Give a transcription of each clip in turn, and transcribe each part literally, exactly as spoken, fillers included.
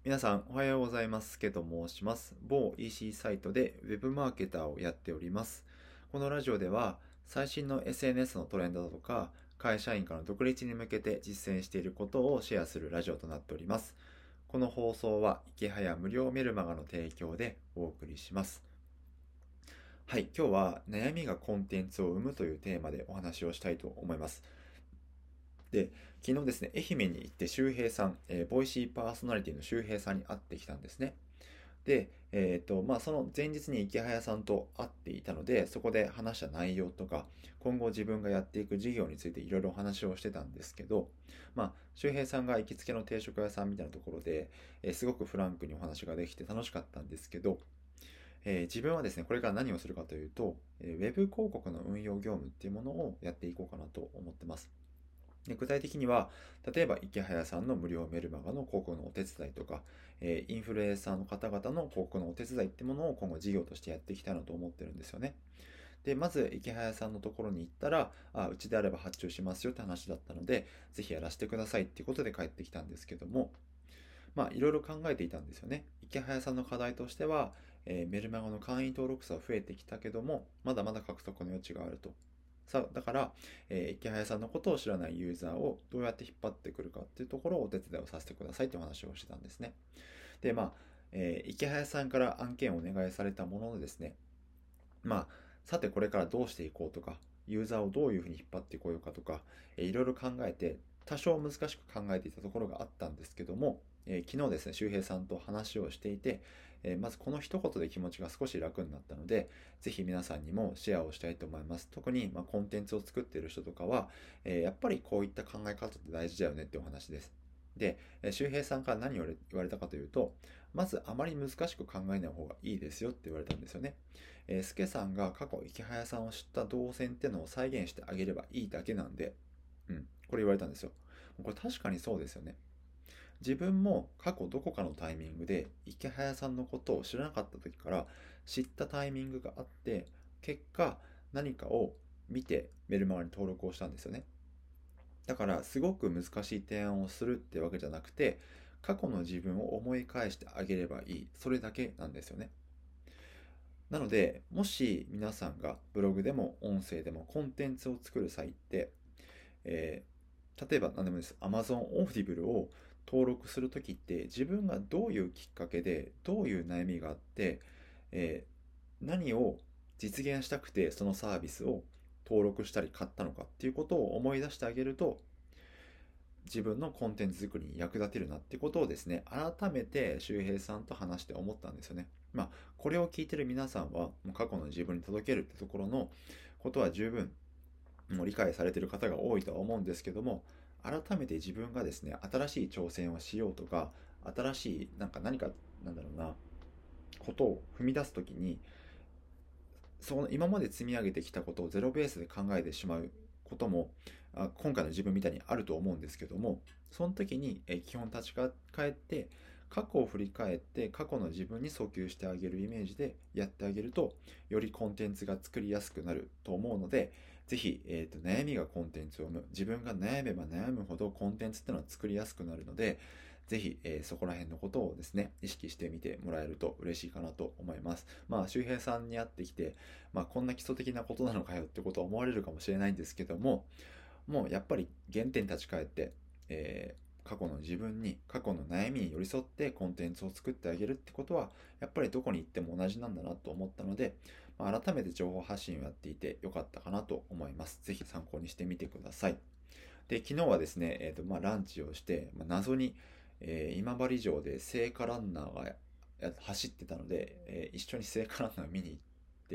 皆さんおはようございます。けと申します。某 イーシー サイトでウェブマーケターをやっております。このラジオでは最新の エスエヌエス のトレンドだとか会社員からの独立に向けて実践していることをシェアするラジオとなっております。この放送は池早無料メルマガの提供でお送りします。はい、今日は悩みがコンテンツを生むというテーマでお話をしたいと思います。で、昨日ですね、愛媛に行って周平さん、えーボイシーパーソナリティの周平さんに会ってきたんですね。で、えっと、まあ、その前日に池早さんと会っていたので、そこで話した内容とか、今後自分がやっていく事業についていろいろお話をしてたんですけど、まあ、周平さんが行きつけの定食屋さんみたいなところで、えーすごくフランクにお話ができて楽しかったんですけど、えー自分はですね、これから何をするかというと、えーウェブ広告の運用業務っていうものをやっていこうかなと思ってます。で具体的には、例えば池早さんの無料メルマガの広告のお手伝いとか、えーインフルエンサーの方々の広告のお手伝いってものを今後事業としてやっていきたいなと思ってるんですよね。で、まず池早さんのところに行ったら、あ、うちであれば発注しますよって話だったので、ぜひやらせてくださいっていうことで帰ってきたんですけども、まあいろいろ考えていたんですよね。池早さんの課題としては、えーメルマガの会員登録者は増えてきたけども、まだまだ獲得の余地があると。さあ、だから、えー池早さんのことを知らないユーザーをどうやって引っ張ってくるかっていうところをお手伝いをさせてくださいというお話をしてたんですね。で、まあ、えー池早さんから案件をお願いされたもののですね、まあ、さてこれからどうしていこうとか、ユーザーをどういうふうに引っ張ってこようかとか、えーいろいろ考えて、多少難しく考えていたところがあったんですけども、えー昨日ですね、周平さんと話をしていて、えーまずこの一言で気持ちが少し楽になったので、ぜひ皆さんにもシェアをしたいと思います。特に、まあ、コンテンツを作っている人とかは、えーやっぱりこういった考え方って大事だよねってお話です。で、えー周平さんから何を言われたかというと、まずあまり難しく考えない方がいいですよって言われたんですよね。えー、スケさんが過去池早さんを知った動線ってのを再現してあげればいいだけなんで、うん、これ言われたんですよ。これ確かにそうですよね。自分も過去どこかのタイミングで池早さんのことを知らなかった時から知ったタイミングがあって、結果何かを見てメルマガに登録をしたんですよね。だからすごく難しい提案をするってわけじゃなくて、過去の自分を思い返してあげればいい。それだけなんですよね。なので、もし皆さんがブログでも音声でもコンテンツを作る際って、えー例えば何でもいいです。Amazon Audible を登録するときって自分がどういうきっかけで、どういう悩みがあって、えー何を実現したくてそのサービスを登録したり買ったのかっていうことを思い出してあげると、自分のコンテンツ作りに役立てるなってことをですね、改めて周平さんと話して思ったんですよね。まあ、これを聞いてる皆さんは、もう過去の自分に届けるってところのことは十分もう理解されている方が多いとは思うんですけども、改めて自分がですね、新しい挑戦をしようとか、新しいなんか何か、なんだろうな、ことを踏み出すときに、その今まで積み上げてきたことをゼロベースで考えてしまうことも、あ今回の自分みたいにあると思うんですけども、その時にえ基本立ち返って、過去を振り返って過去の自分に訴求してあげるイメージでやってあげると、よりコンテンツが作りやすくなると思うので、ぜひ、えーと、悩みがコンテンツを生む。自分が悩めば悩むほどコンテンツっていうのは作りやすくなるので、ぜひ、えーそこら辺のことをですね、意識してみてもらえると嬉しいかなと思います。まあ、周平さんに会ってきて、まあ、こんな基礎的なことなのかよってことは思われるかもしれないんですけども、もうやっぱり原点に立ち返って、えー過去の自分に、過去の悩みに寄り添ってコンテンツを作ってあげるってことは、やっぱりどこに行っても同じなんだなと思ったので、まあ、改めて情報発信をやっていてよかったかなと思います。ぜひ参考にしてみてください。で、昨日はですね、えーとまあ、ランチをして、まあ、謎に、えー今治城で聖火ランナーがや走ってたので、えー一緒に聖火ランナー見に行って、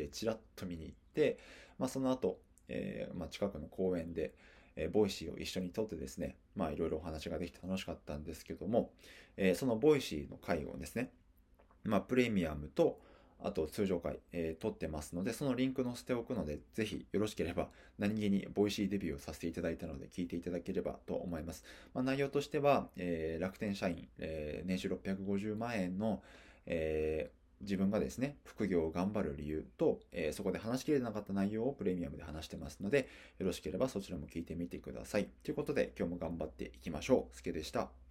ちらっと見に行って、まあ、その後、えーまあ、近くの公園で、えーボイシーを一緒に撮ってですね、まあいろいろお話ができて楽しかったんですけども、えーそのボイシーの回をですね、まあ、プレミアムと、あと通常回、えー撮ってますので、そのリンク載せておくので、ぜひよろしければ何気にボイシーデビューをさせていただいたので聞いていただければと思います。まあ、内容としては、えー楽天社員、えー年収ろっぴゃくごじゅうまん円の、えー自分がですね、副業を頑張る理由と、えーそこで話しきれなかった内容をプレミアムで話してますので、よろしければそちらも聞いてみてください。ということで、今日も頑張っていきましょう。すけでした。